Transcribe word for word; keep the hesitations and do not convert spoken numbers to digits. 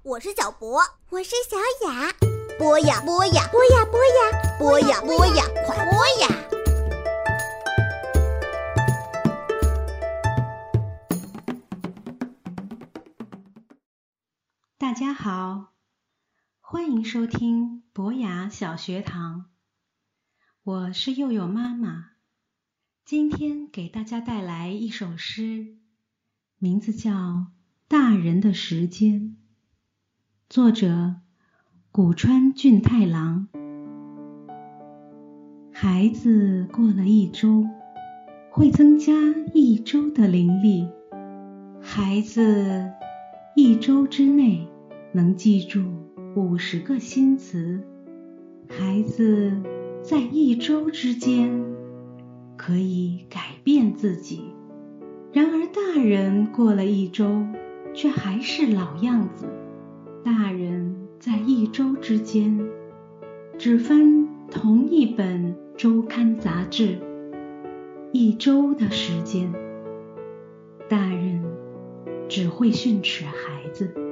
我是小博， 我是小雅。 播呀播呀， 播呀播呀， 播呀播呀，快播呀！ 大家好，欢迎收听博雅小学堂，我是柚柚妈妈。今天给大家带来一首诗，名字叫《大人的时间》，作者古川俊太郎。孩子过了一周，会增加一周的灵力。孩子一周之内能记住五十个新词。孩子在一周之间可以改变自己。然而大人过了一周却还是老样子。大人在一周之间只翻同一本周刊杂志，一周的时间，大人只会训斥孩子。